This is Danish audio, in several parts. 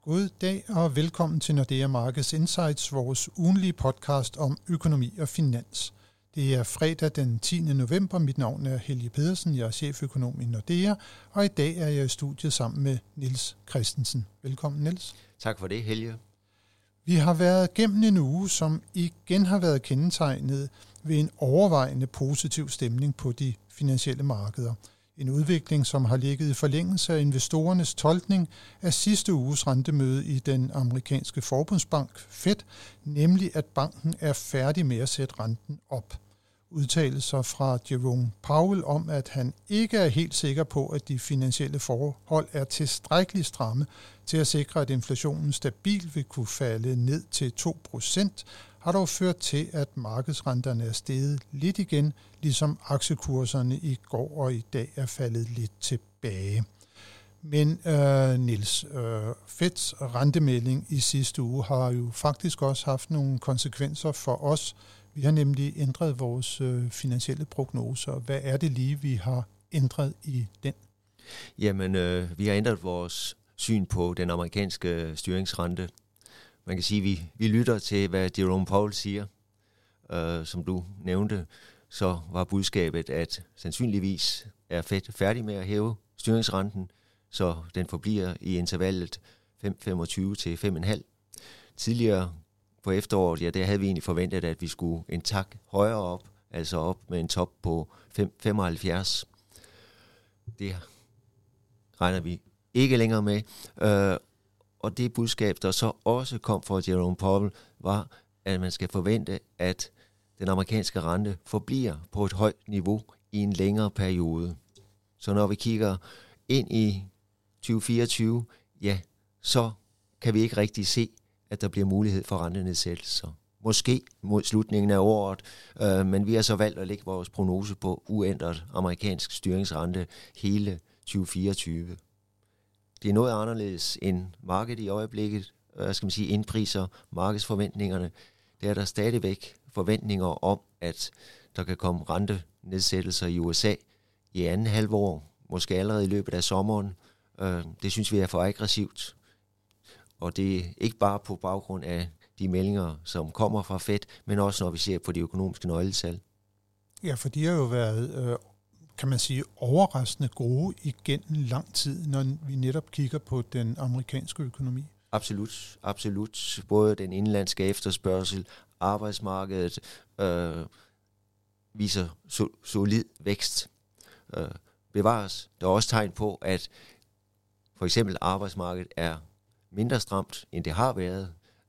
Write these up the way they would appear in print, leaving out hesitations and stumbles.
God dag og velkommen til Nordea Markets Insights, vores ugenlige podcast om økonomi og finans. Det er fredag den 10. november. Mit navn er Helge Pedersen, jeg er cheføkonom i Nordea, og i dag er jeg i studiet sammen med Niels Christensen. Velkommen, Niels. Tak for det, Helge. Vi har været gennem en uge, som igen har været kendetegnet ved en overvejende positiv stemning på de finansielle markeder. En udvikling, som har ligget i forlængelse af investorernes tolkning af sidste uges rentemøde i den amerikanske forbundsbank Fed, nemlig at banken er færdig med at sætte renten op. Udtalelser fra Jerome Powell om, at han ikke er helt sikker på, at de finansielle forhold er tilstrækkeligt stramme til at sikre, at inflationen stabilt vil kunne falde ned til 2%, har dog ført til, at markedsrenterne er steget lidt igen, ligesom aktiekurserne i går og i dag er faldet lidt tilbage. Men Niels, Feds rentemelding i sidste uge har jo faktisk også haft nogle konsekvenser for os. Vi har nemlig ændret vores finansielle prognoser. Hvad er det lige, vi har ændret i den? Jamen, vi har ændret vores syn på den amerikanske styringsrente. Man kan sige, at vi lytter til, hvad Jerome Powell siger. Som du nævnte, så var budskabet, at sandsynligvis er Fed færdig med at hæve styringsrenten, så den forbliver i intervallet 5,25 til 5,5. Tidligere på efteråret, ja, der havde vi egentlig forventet, at vi skulle en tak højere op, altså op med en top på 5,75. Det regner vi ikke længere med. Og det budskab, der så også kom fra Jerome Powell, var, at man skal forvente, at den amerikanske rente forbliver på et højt niveau i en længere periode. Så når vi kigger ind i 2024, ja, så kan vi ikke rigtig se, at der bliver mulighed for rentenedsættelser. Måske mod slutningen af året, men vi har så valgt at lægge vores prognose på uændret amerikansk styringsrente hele 2024. Det er noget anderledes end markedet i øjeblikket, indpriser markedsforventningerne. Der er der stadigvæk forventninger om, at der kan komme rentenedsættelser i USA i anden halvår, måske allerede i løbet af sommeren. Det synes vi er for aggressivt. Og det er ikke bare på baggrund af de meldinger, som kommer fra Fed, men også når vi ser på de økonomiske nøgletal. Ja, for de har jo været, kan man sige, overraskende gode igennem lang tid, når vi netop kigger på den amerikanske økonomi. Absolut. Både den indenlandske efterspørgsel, arbejdsmarkedet viser solid vækst. Bevares. Der er også tegn på, at for eksempel arbejdsmarkedet er mindre stramt, end det har været,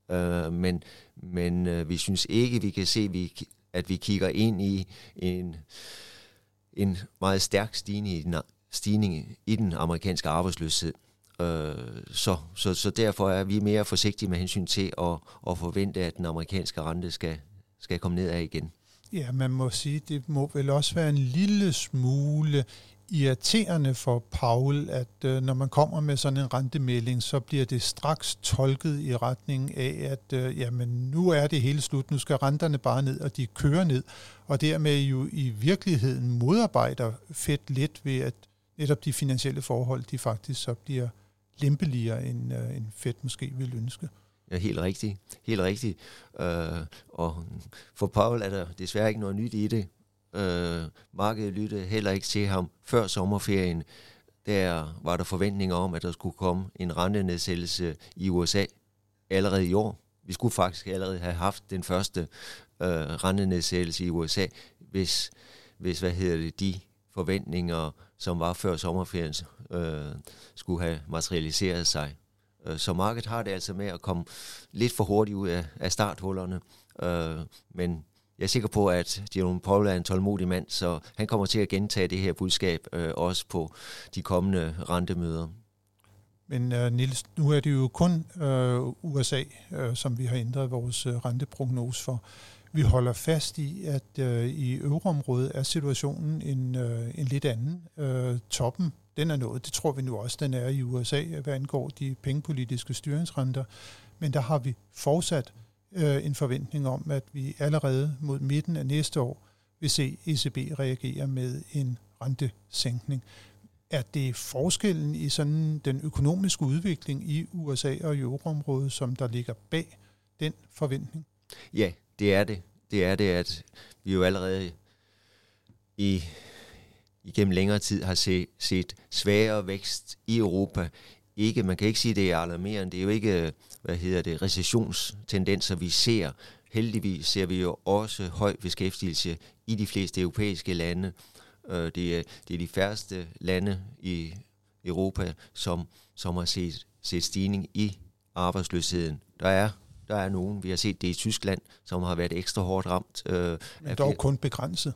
men vi synes ikke, vi kan se, at vi kigger ind i en meget stærk stigning i den amerikanske arbejdsløshed. Så derfor er vi mere forsigtige med hensyn til at forvente, at den amerikanske rente skal komme nedad igen. Ja, man må sige, det må vel også være en lille smule irriterende for Powell, at når man kommer med sådan en rentemelding, så bliver det straks tolket i retning af, at jamen, nu er det hele slut, nu skal renterne bare ned, og de kører ned, og dermed jo i virkeligheden modarbejder Fed lidt ved, at netop de finansielle forhold, de faktisk så bliver lempeligere, end Fed måske vil ønske. Ja, helt rigtigt. Og for Powell er der desværre ikke noget nyt i det. Markedet lyttede heller ikke til ham før sommerferien. Der var der forventninger om, at der skulle komme en rentenedsættelse i USA allerede i år. Vi skulle faktisk allerede have haft den første rentenedsættelse i USA, hvis de forventninger, som var før sommerferien, skulle have materialiseret sig. Så markedet har det altså med at komme lidt for hurtigt ud af starthullerne, men jeg er sikker på, at Jerome Powell er en tålmodig mand, så han kommer til at gentage det her budskab også på de kommende rentemøder. Men Niels, nu er det jo kun USA, som vi har ændret vores renteprognose for. Vi holder fast i, at i euroområdet er situationen en lidt anden. Toppen, den er nået. Det tror vi nu også, den er i USA, hvad angår de pengepolitiske styringsrenter. Men der har vi fortsat en forventning om, at vi allerede mod midten af næste år vil se ECB reagere med en rentesænkning. Er det forskellen i sådan den økonomiske udvikling i USA og euroområdet, som der ligger bag den forventning? Ja, det er det. Det er det, at vi jo allerede igennem længere tid har set svagere vækst i Europa. Man kan ikke sige, at det er alarmerende. Det er jo ikke, recessionstendenser, vi ser. Heldigvis ser vi jo også høj beskæftigelse i de fleste europæiske lande. Det er de færreste lande i Europa, som har set stigning i arbejdsløsheden. Der er nogen, vi har set det i Tyskland, som har været ekstra hårdt ramt. Men dog kun begrænset.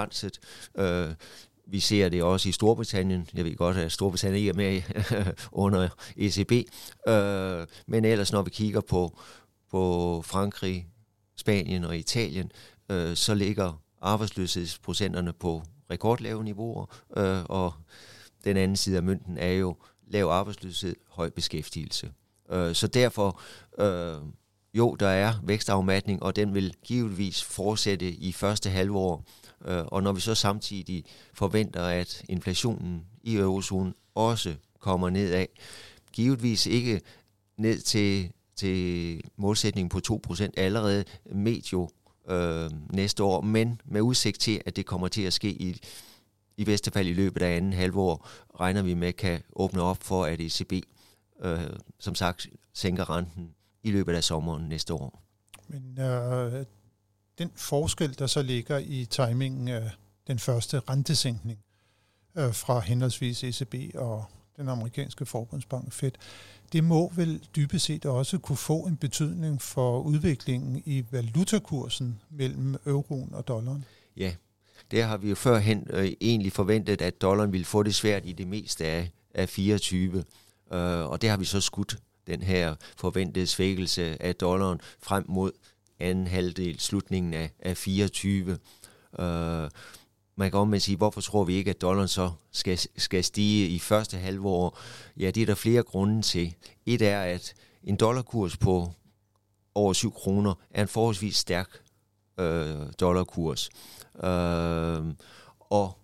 Vi ser det også i Storbritannien. Jeg ved godt, at Storbritannien ikke er med under ECB. Men ellers, når vi kigger på Frankrig, Spanien og Italien, så ligger arbejdsløshedsprocenterne på rekordlave niveauer. Og den anden side af mønten er jo lav arbejdsløshed, høj beskæftigelse. Så derfor, der er vækstafmatning, og den vil givetvis fortsætte i første halvår. Og når vi så samtidig forventer, at inflationen i eurozonen også kommer nedad, givetvis ikke ned til målsætningen på 2% allerede medio næste år, men med udsigt til, at det kommer til at ske i bedste fald i løbet af anden halvår, regner vi med, kan åbne op for, at ECB som sagt sænker renten i løbet af sommeren næste år. Men den forskel, der så ligger i timingen af den første rentesænkning fra henholdsvis ECB og den amerikanske forbundsbank Fed, det må vel dybest set også kunne få en betydning for udviklingen i valutakursen mellem euroen og dollaren? Ja, der har vi jo førhen egentlig forventet, at dollaren ville få det svært i det meste af 24, og det har vi så skudt den her forventede svækkelse af dollaren frem mod anden halvdel, slutningen af 24. Man kan omvendt sige, hvorfor tror vi ikke, at dollaren så skal stige i første halvår? Ja, det er der flere grunde til. Et er, at en dollarkurs på over 7 kroner er en forholdsvis stærk dollarkurs. Og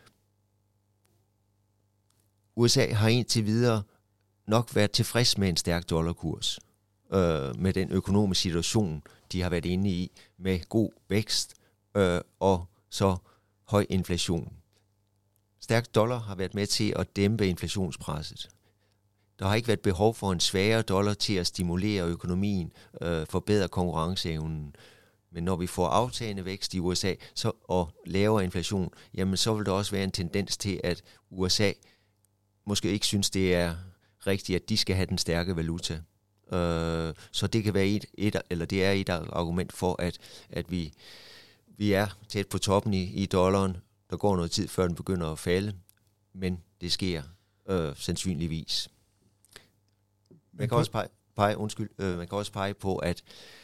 USA har indtil videre nok været tilfreds med en stærk dollarkurs, med den økonomiske situation, de har været inde i, med god vækst og så høj inflation. Stærk dollar har været med til at dæmpe inflationspresset. Der har ikke været behov for en svagere dollar til at stimulere økonomien, forbedre konkurrenceevnen. Men når vi får aftagende vækst i USA og lavere inflation, jamen så vil der også være en tendens til, at USA måske ikke synes, det er rigtigt, at de skal have den stærke valuta. Så det kan være et argument for, at vi er tæt på toppen i dollaren. Der går noget tid, før den begynder at falde, men det sker sandsynligvis. Man kan også pege på, at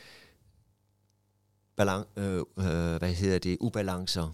ubalancer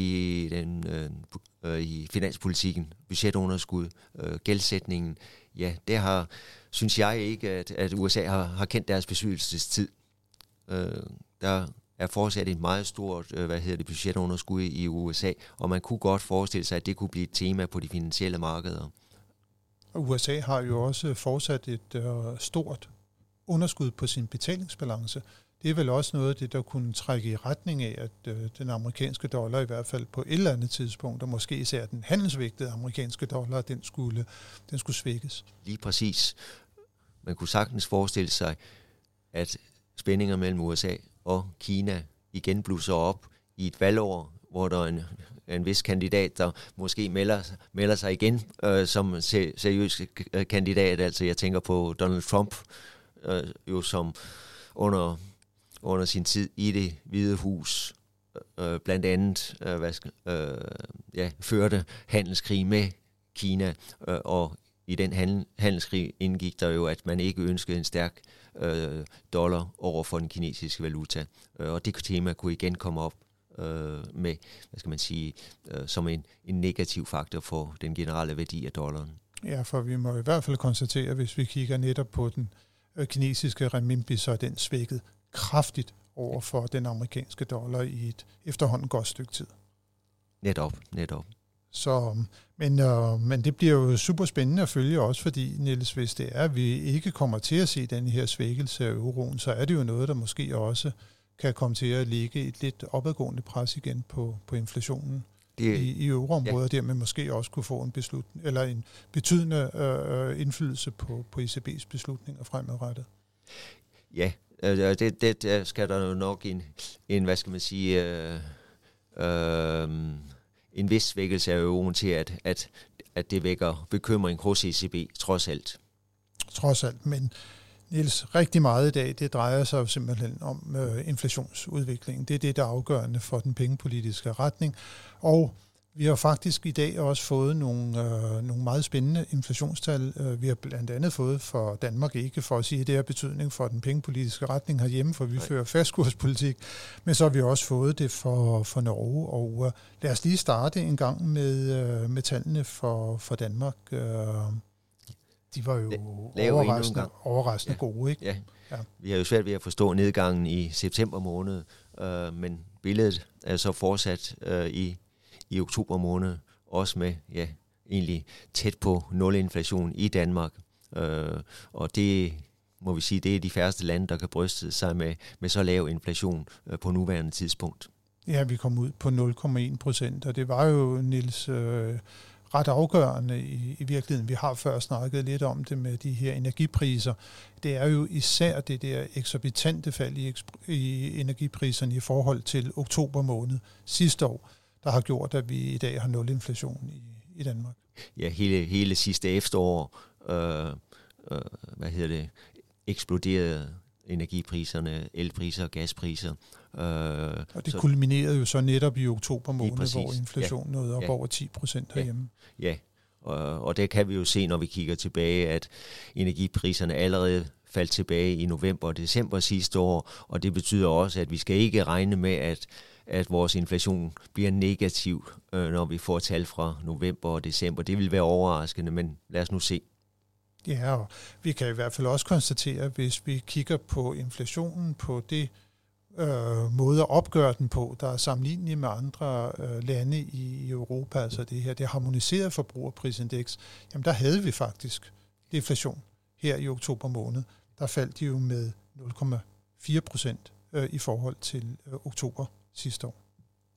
i finanspolitikken, budgetunderskud, gældsætningen, ja, det synes jeg ikke, at USA har kendt deres besøgelsestid. Der er fortsat et meget stort budgetunderskud i USA, og man kunne godt forestille sig, at det kunne blive et tema på de finansielle markeder. USA har jo også fortsat et stort underskud på sin betalingsbalance. Det er vel også noget af det, der kunne trække i retning af, at den amerikanske dollar i hvert fald på et eller andet tidspunkt, og måske især den handelsvægtede amerikanske dollar, den skulle svækkes. Lige præcis. Man kunne sagtens forestille sig, at spændinger mellem USA og Kina igen blusser op i et valgår, hvor der er en vis kandidat, der måske melder sig igen som seriøs kandidat. Altså jeg tænker på Donald Trump, jo som under sin tid i Det Hvide Hus blandt andet førte handelskrig med Kina, og i den handelskrig indgik der jo, at man ikke ønskede en stærk dollar over for den kinesiske valuta. Og det tema kunne igen komme op med, som en negativ faktor for den generelle værdi af dollaren. Ja, for vi må i hvert fald konstatere, hvis vi kigger netop på den kinesiske renminbi, så er den svækket kraftigt over for den amerikanske dollar i et efterhånden godt stykke tid. Netop. Men det bliver jo super spændende at følge også, fordi, Niels, hvis det er, at vi ikke kommer til at se den her svækkelse af euroen, så er det jo noget, der måske også kan komme til at ligge et lidt opadgående pres igen på inflationen i euroområdet, og dermed måske også kunne få en betydende indflydelse på ECB's beslutninger fremadrettet. Ja, det skal der jo nok en hvad skal man sige, en vis svækkelse af euroen til, at det vækker bekymring hos ECB, trods alt. Trods alt, men Niels, rigtig meget i dag, det drejer sig jo simpelthen om inflationsudviklingen. Det er det, der er afgørende for den pengepolitiske retning, og vi har faktisk i dag også fået nogle meget spændende inflationstal. Vi har blandt andet fået for Danmark, ikke for at sige, at det har betydning for den pengepolitiske retning herhjemme, for vi fører fastkurspolitik, men så har vi også fået det for Norge. Og lad os lige starte en gang med tallene for Danmark. De var jo overraskende gode, ikke? Ja. Vi har jo svært ved at forstå nedgangen i september måned, men billedet er så fortsat i oktober måned, også med egentlig tæt på nulinflation i Danmark. Og det må vi sige, det er de færreste lande, der kan bryste sig med så lav inflation på nuværende tidspunkt. Ja, vi kom ud på 0,1%, og det var jo, Niels, ret afgørende i virkeligheden. Vi har før snakket lidt om det med de her energipriser. Det er jo især det der eksorbitante fald i energipriserne i forhold til oktober måned sidste år, der har gjort, at vi i dag har nulinflation i Danmark. Ja, hele sidste efterår, eksploderede energipriserne, elpriser og gaspriser. Og det kulminerede jo så netop i oktober måned, hvor inflationen nåede op over 10% herhjemme. Ja, og det kan vi jo se, når vi kigger tilbage, at energipriserne allerede faldt tilbage i november og december sidste år, og det betyder også, at vi skal ikke regne med, at vores inflation bliver negativ, når vi får tal fra november og december. Det vil være overraskende, men lad os nu se. Ja, og vi kan i hvert fald også konstatere, hvis vi kigger på inflationen på det måde at opgøre den på, der er sammenlignelige med andre lande i Europa, altså det harmoniserede forbrugerprisindeks, jamen der havde vi faktisk deflation her i oktober måned. Der faldt de jo med 0,4% i forhold til oktober sidste år.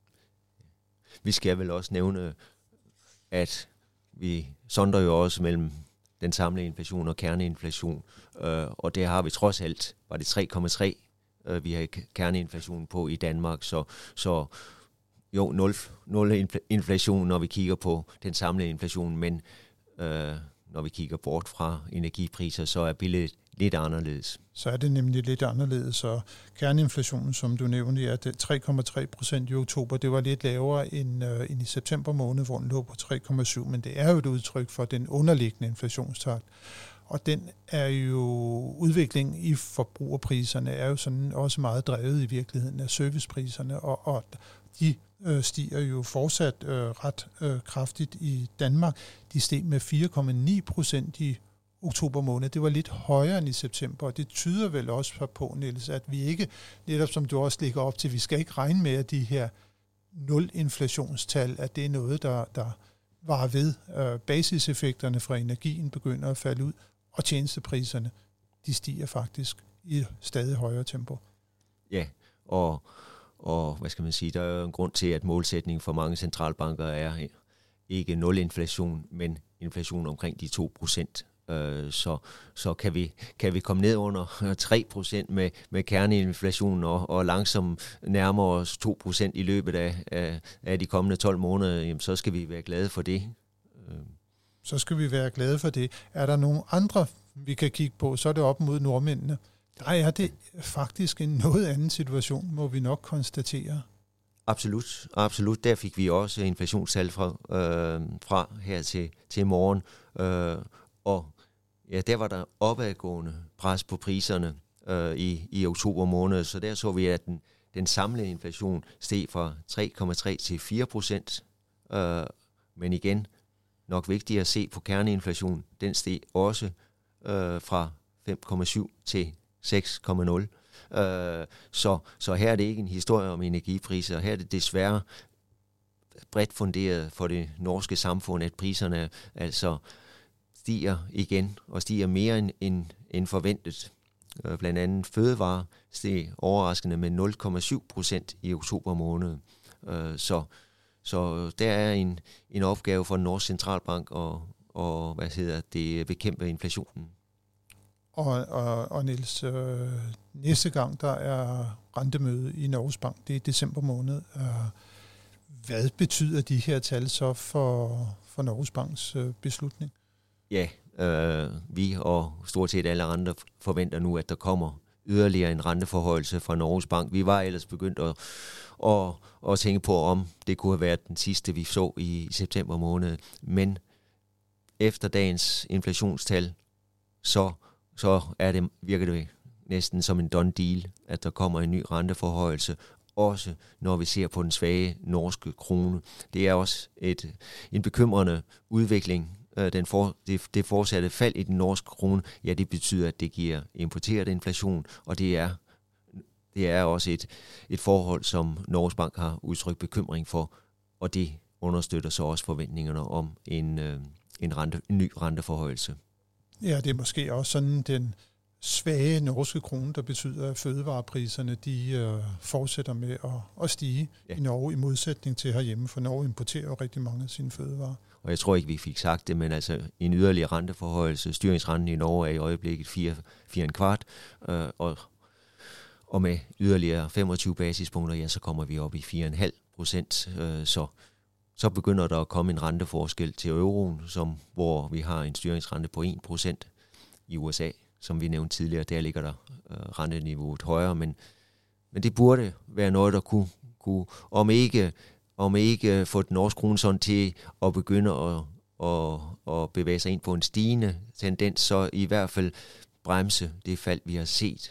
Vi skal vel også nævne, at vi sondrer jo også mellem den samlede inflation og kerneinflation, og det har vi trods alt, var det 3,3, vi har kerneinflation på i Danmark, så jo, nul inflation, når vi kigger på den samlede inflation, men når vi kigger bort fra energipriser, så er billedet lidt anderledes. Så er det nemlig lidt anderledes, og kerneinflationen, som du nævnte, er 3,3% i oktober. Det var lidt lavere end i september måned, hvor den lå på 3,7%, men det er jo et udtryk for den underliggende inflationstakt. Og den er jo, udviklingen i forbrugerpriserne er jo sådan også meget drevet i virkeligheden af servicepriserne, og de stiger jo fortsat ret kraftigt i Danmark. De steg med 4,9% i oktober måned. Det var lidt højere end i september, og det tyder vel også på, Niels, at vi ikke, netop som du også lægger op til, vi skal ikke regne med, at de her nulinflationstal, at det er noget, der varer ved. Basiseffekterne fra energien begynder at falde ud, og tjenestepriserne, de stiger faktisk i stadig højere tempo. Ja, og hvad skal man sige, der er jo en grund til, at målsætningen for mange centralbanker er ikke nulinflation, men inflation omkring de 2%. Så kan vi komme ned under 3% med kerneinflation og langsomt nærme os 2% i løbet af de kommende 12 måneder, jamen, så skal vi være glade for det. Så skal vi være glade for det. Er der nogle andre, vi kan kigge på, så er det op mod nordmændene. Der er det faktisk en noget anden situation, må vi nok konstatere. Absolut. Der fik vi også inflationstal fra her til morgen. Og ja, der var der opadgående pres på priserne i oktober måned, så der så vi, at den samlede inflation steg fra 3,3 til 4%. Men igen, nok vigtigt at se på kerneinflation, den steg også fra 5,7 til 6,0. Så her er det ikke en historie om energipriser, her er det desværre bredt funderet for det norske samfund, at priserne altså stiger igen, og stiger mere end forventet. Blandt andet fødevarer steg overraskende med 0,7% i oktober måned. Så der er en opgave for den norske centralbank at bekæmpe inflationen. Og Niels, næste gang der er rentemøde i Norges Bank, det er december måned. Hvad betyder de her tal så for Norges Banks beslutning? Ja, vi og stort set alle andre forventer nu, at der kommer yderligere en renteforhøjelse fra Norges Bank. Vi var ellers begyndt at tænke på, om det kunne have været den sidste, vi så i september måned. Men efter dagens inflationstal, så virker det næsten som en done deal, at der kommer en ny renteforhøjelse, også når vi ser på den svage norske krone. Det er også en bekymrende udvikling. Det fortsatte fald i den norske krone, ja, det betyder, at det giver importeret inflation, og det er også et forhold, som Norges Bank har udtrykt bekymring for, og det understøtter så også forventningerne om en ny renteforhøjelse. Ja, det er måske også sådan den svage norske krone, der betyder, at fødevarepriserne de fortsætter med at stige i Norge, i modsætning til herhjemme, for Norge importerer jo rigtig mange af sine fødevarer. Og jeg tror ikke, vi fik sagt det, men altså en yderligere renteforhøjelse. Styringsrenten i Norge er i øjeblikket 4,25, og med yderligere 25 basispunkter, ja, så kommer vi op i 4,5%. Så begynder der at komme en renteforskel til euroen, hvor vi har en styringsrente på 1% i USA, som vi nævnte tidligere. Der ligger der renteniveauet højere, men det burde være noget, der kunne om ikke få den norske krone sådan til at begynde at bevæge sig ind på en stigende tendens, så i hvert fald bremse det fald, vi har set.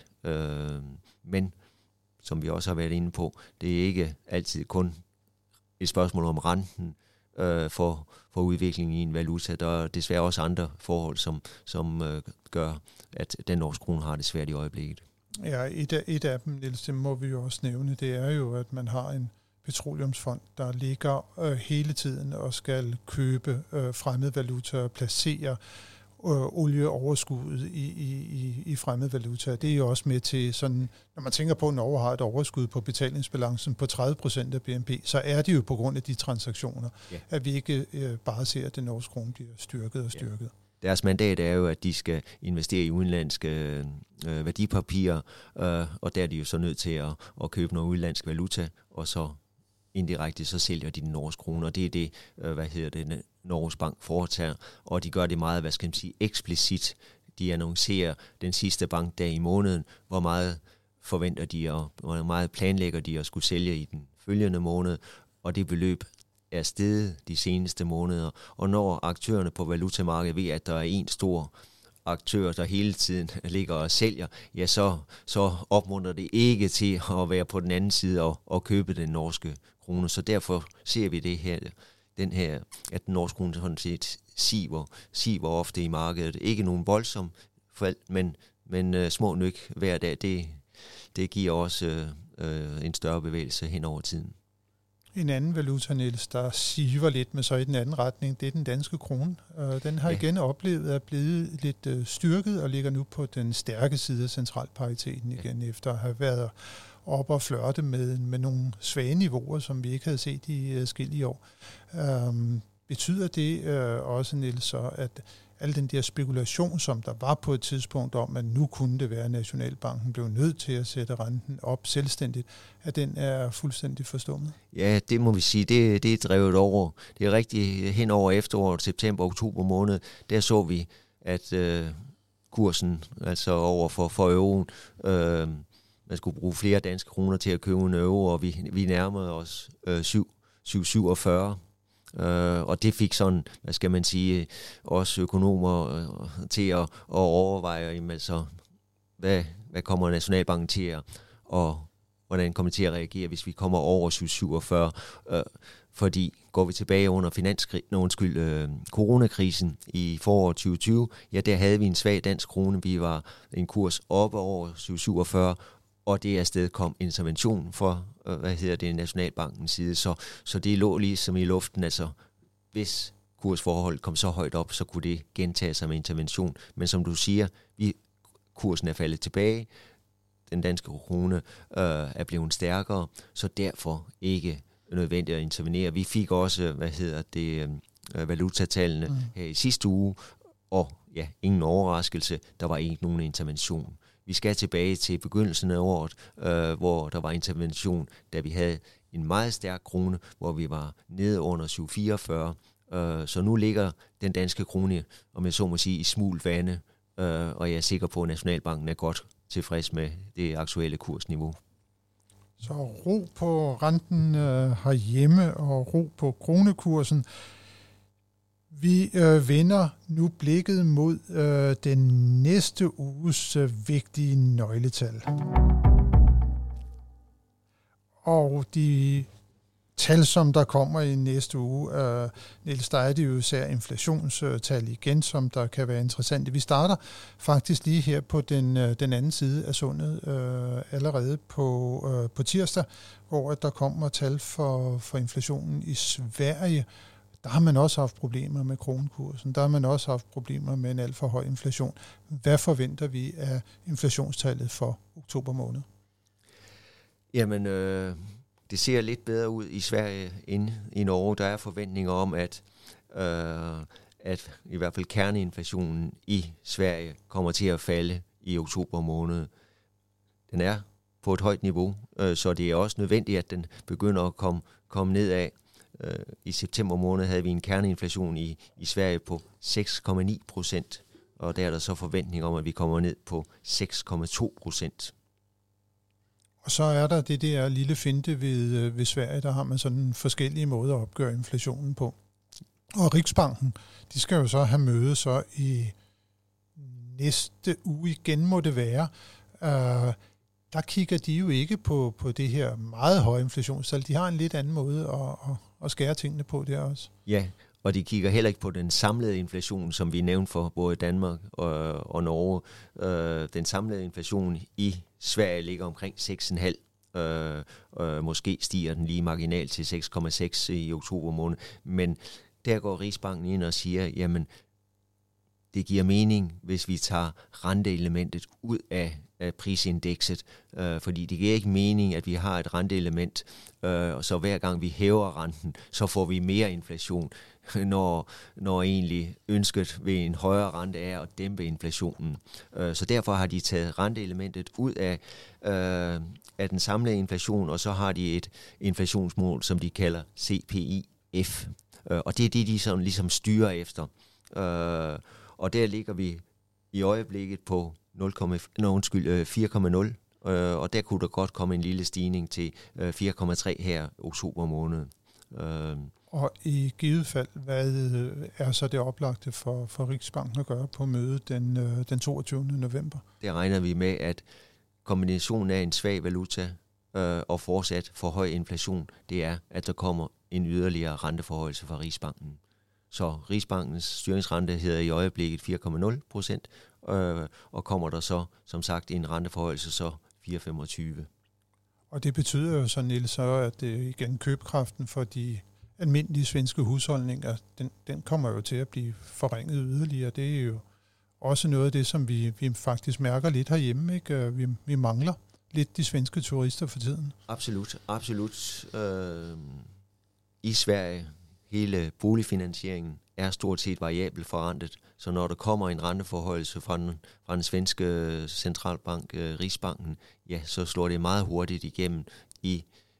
Men som vi også har været inde på, det er ikke altid kun et spørgsmål om renten for udviklingen i en valuta. Der er desværre også andre forhold, som gør, at den norske krone har det svært i øjeblikket. Ja, et af dem, Niels, det må vi jo også nævne, det er jo, at man har en petroleumsfond, der ligger hele tiden og skal købe fremmede valuta og placere olieoverskuddet i fremmede valuta. Det er jo også med til sådan, når man tænker på, at Norge har et overskud på betalingsbalancen på 30% af BNP, så er det jo på grund af de transaktioner, at vi ikke bare ser, at den norske krone bliver styrket og styrket. Ja. Deres mandat er jo, at de skal investere i udenlandske værdipapirer, og der er de jo så nødt til at købe noget udenlandsk valuta, og så indirekte så sælger de den norske krone, og det er det, Norges Bank foretager, og de gør det meget, eksplicit. De annoncerer den sidste bankdag i måneden, hvor meget forventer de, og hvor meget planlægger de at skulle sælge i den følgende måned, og det beløb er steget de seneste måneder. Og når aktørerne på valutamarkedet ved, at der er en stor aktør, der hele tiden ligger og sælger, ja, så opmuntrer det ikke til at være på den anden side og købe den norske krone. Så derfor ser vi at den norske krone sådan set siver ofte i markedet. Ikke nogen voldsom fald, men små nyk hver dag. Det giver også en større bevægelse hen over tiden. En anden valuta, Niels, der siver lidt med så i den anden retning, det er den danske krone. Den har igen oplevet at blive lidt styrket og ligger nu på den stærke side af centralpariteten igen, efter at have været op og flørte med nogle svage niveauer, som vi ikke havde set i adskillige år. Betyder det også, Niels, så at al den der spekulation, som der var på et tidspunkt om, at nu kunne det være, at Nationalbanken blev nødt til at sætte renten op selvstændigt, at den er fuldstændig forstummet? Ja, det må vi sige. Det er drevet over. Det er rigtig hen over efteråret, september, oktober måned. Der så vi, at kursen, altså over for euroen, man skulle bruge flere danske kroner til at købe en euro, og vi nærmede os 7,47. Og det fik sådan, også økonomer til at overveje, altså, hvad kommer Nationalbanken til og hvordan kommer til at reagere, hvis vi kommer over 7,47. Fordi går vi tilbage under coronakrisen i foråret 2020, ja, der havde vi en svag dansk krone. Vi var en kurs oppe over 7,47, og det afsted kom intervention for, Nationalbankens side, så det lå ligesom i luften, altså hvis kursforholdet kom så højt op, så kunne det gentage sig med intervention. Men som du siger, kursen er faldet tilbage, den danske krone er blevet stærkere, så derfor ikke nødvendigt at intervenere. Vi fik også, valutatallene her i sidste uge, og ja, ingen overraskelse, der var ikke nogen intervention. Vi skal tilbage til begyndelsen af året, hvor der var intervention, da vi havde en meget stærk krone, hvor vi var nede under 7,44. Så nu ligger den danske krone, om jeg så må sige, i smult vande, og jeg er sikker på, at Nationalbanken er godt tilfreds med det aktuelle kursniveau. Så ro på renten herhjemme og ro på kronekursen. Vi vender nu blikket mod den næste uges vigtige nøgletal. Og de tal, som der kommer i næste uge, Niels, der er det jo især inflationstal igen, som der kan være interessante. Vi starter faktisk lige her på den anden side af sundet allerede på tirsdag, hvor der kommer tal for inflationen i Sverige. Der har man også haft problemer med kronekursen. Der har man også haft problemer med en alt for høj inflation. Hvad forventer vi af inflationstallet for oktober måned? Jamen, det ser lidt bedre ud i Sverige end i Norge. Der er forventninger om, at i hvert fald kerneinflationen i Sverige kommer til at falde i oktober måned. Den er på et højt niveau, så det er også nødvendigt, at den begynder at komme nedad. I september måned havde vi en kerneinflation i Sverige på 6,9%, og der er der så forventning om, at vi kommer ned på 6,2%. Og så er der det der lille finte ved Sverige, der har man sådan forskellige måder at opgøre inflationen på. Og Riksbanken, de skal jo så have møde så i næste uge igen, må det være. Der kigger de jo ikke på det her meget høje inflationstal. De har en lidt anden måde at skære tingene på der også. Ja, og de kigger heller ikke på den samlede inflation, som vi nævnte for både Danmark og Norge. Den samlede inflation i Sverige ligger omkring 6,5. Måske stiger den lige marginalt til 6,6 i oktober måned. Men der går Riksbanken ind og siger, jamen det giver mening, hvis vi tager renteelementet ud af prisindekset, fordi det giver ikke mening, at vi har et renteelement, og så hver gang vi hæver renten, så får vi mere inflation, når egentlig ønsket ved en højere rente er at dæmpe inflationen. Så derfor har de taget renteelementet ud af den samlede inflation, og så har de et inflationsmål, som de kalder CPI-F. Og det er det, de sådan ligesom styrer efter. Og der ligger vi i øjeblikket på 4,0, og der kunne der godt komme en lille stigning til 4,3 her oktober måned. Og i givet fald, hvad er så det oplagte for Riksbanken at gøre på mødet den 22. november? Der regner vi med, at kombinationen af en svag valuta og fortsat for høj inflation, det er, at der kommer en yderligere renteforhøjelse fra Riksbanken. Så Riksbankens styringsrente hedder i øjeblikket 4,0%, og kommer der så, som sagt, en renteforhøjelse så 4,25. Og det betyder jo så, Niels, at igen købekraften for de almindelige svenske husholdninger, den kommer jo til at blive forringet yderligere. Det er jo også noget af det, som vi faktisk mærker lidt herhjemme, ikke? Vi mangler lidt de svenske turister for tiden. Absolut. I Sverige, hele boligfinansieringen er stort set variabel forrentet, så når der kommer en renteforhøjelse fra den svenske centralbank, Riksbanken, ja, så slår det meget hurtigt igennem i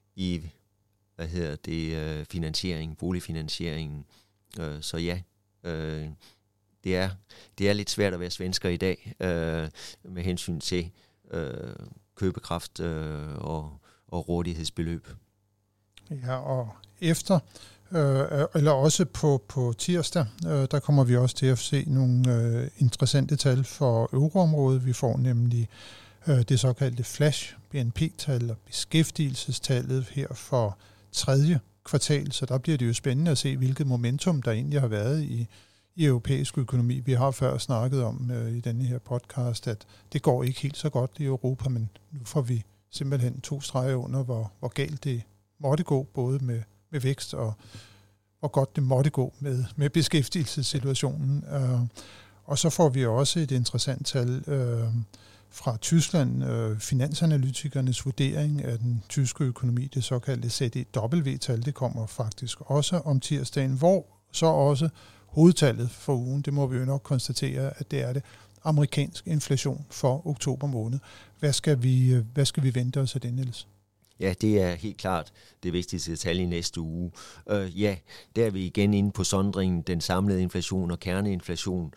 boligfinansieringen. Så ja, det er lidt svært at være svensker i dag med hensyn til købekraft og rådighedsbeløb. Ja, og efter eller også på tirsdag, der kommer vi også til at se nogle interessante tal for euroområdet. Vi får nemlig det såkaldte flash BNP-tal og beskæftigelsestallet her for tredje kvartal, så der bliver det jo spændende at se, hvilket momentum der egentlig har været i europæisk økonomi. Vi har før snakket om i denne her podcast, at det går ikke helt så godt i Europa, men nu får vi simpelthen 2 streger under, hvor galt det måtte gå, både med vækst og hvor godt det måtte gå med beskæftigelsessituationen. Og så får vi også et interessant tal fra Tyskland, finansanalytikernes vurdering af den tyske økonomi, det såkaldte ZEW-tal, det kommer faktisk også om tirsdagen, hvor så også hovedtallet for ugen, det må vi jo nok konstatere, at det er det, amerikansk inflation for oktober måned. Hvad skal vi vente os af det, Niels? Ja, det er helt klart det vigtigste tal i næste uge. Der er vi igen inde på sondringen, den samlede inflation og kerneinflation.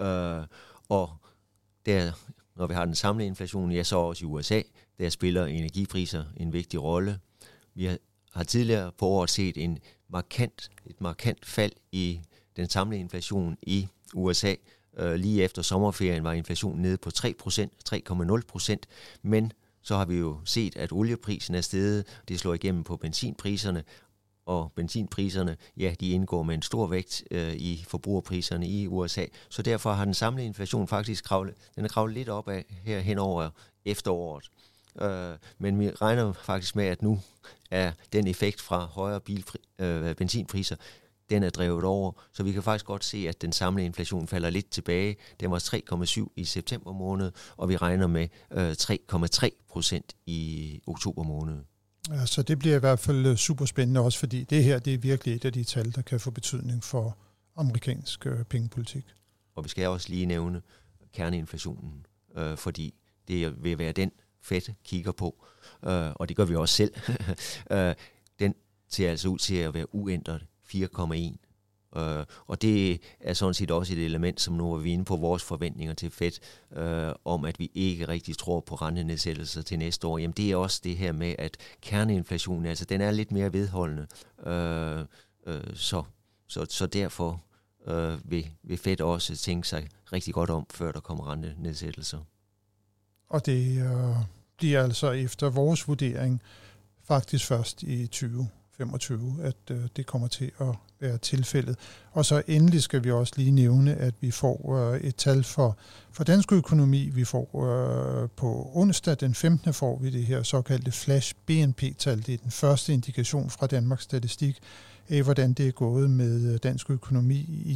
Og der, når vi har den samlede inflation, ja, så også i USA, der spiller energipriser en vigtig rolle. Vi har tidligere på året set et markant fald i den samlede inflation i USA. Lige efter sommerferien var inflationen nede på 3%, men så har vi jo set, at olieprisen er steget. Det slår igennem på benzinpriserne, og benzinpriserne, ja, de indgår med en stor vægt i forbrugerpriserne i USA. Så derfor har den samlede inflation faktisk kravlet lidt op af her hen over efteråret. Men vi regner faktisk med, at nu er den effekt fra højere benzinpriser, den er drevet over, så vi kan faktisk godt se, at den samlede inflation falder lidt tilbage. Den var 3,7 i september måned, og vi regner med 3,3% i oktober måned. Ja, så det bliver i hvert fald super spændende også, fordi det her, det er virkelig et af de tal, der kan få betydning for amerikansk pengepolitik. Og vi skal også lige nævne kerneinflationen, fordi det vil være den, Fed kigger på, og det gør vi også selv. Den ser altså ud til at være uændret 4,1. Og det er sådan set også et element, som nu er vi inde på vores forventninger til Fed, om at vi ikke rigtig tror på rentenedsættelser til næste år. Jamen det er også det her med, at kerneinflationen, altså den er lidt mere vedholdende. Så derfor vil Fed også tænke sig rigtig godt om, før der kommer rentenedsættelser. Og det bliver altså efter vores vurdering faktisk først i 2025, at det kommer til at være tilfældet. Og så endelig skal vi også lige nævne, at vi får et tal for dansk økonomi. Vi får på onsdag den 15. får vi det her såkaldte flash BNP-tal. Det er den første indikation fra Danmarks Statistik af, hvordan det er gået med dansk økonomi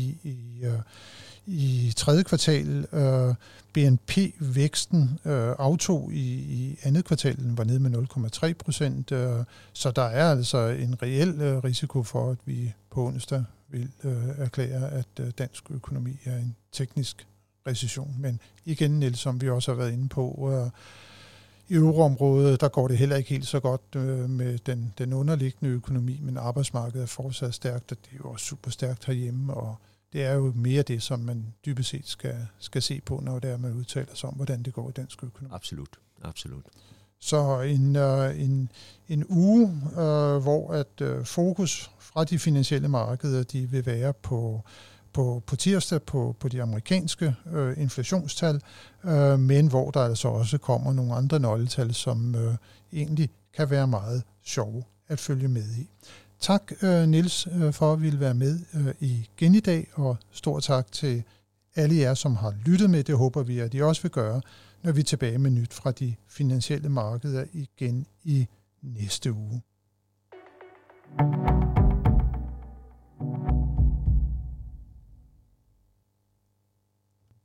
i tredje kvartal. BNP-væksten aftog i andet kvartal, den var nede med 0,3%, så der er altså en reel risiko for, at vi på onsdag vil erklære, at dansk økonomi er en teknisk recession. Men igen, Niels, som vi også har været inde på, i euroområdet, der går det heller ikke helt så godt med den underliggende økonomi, men arbejdsmarkedet er fortsat stærkt, og det er jo også super stærkt herhjemme, og det er jo mere det, som man dybest set skal se på, når det er, man udtaler sig om, hvordan det går i dansk økonomi. Absolut. Så en uge, hvor at fokus fra de finansielle markeder, de vil være på tirsdag på de amerikanske inflationstal, men hvor der altså også kommer nogle andre nøgletal, som egentlig kan være meget sjove at følge med i. Tak, Niels, for at ville være med igen i dag, og stor tak til alle jer, som har lyttet med. Det håber vi, at I også vil gøre, når vi er tilbage med nyt fra de finansielle markeder igen i næste uge.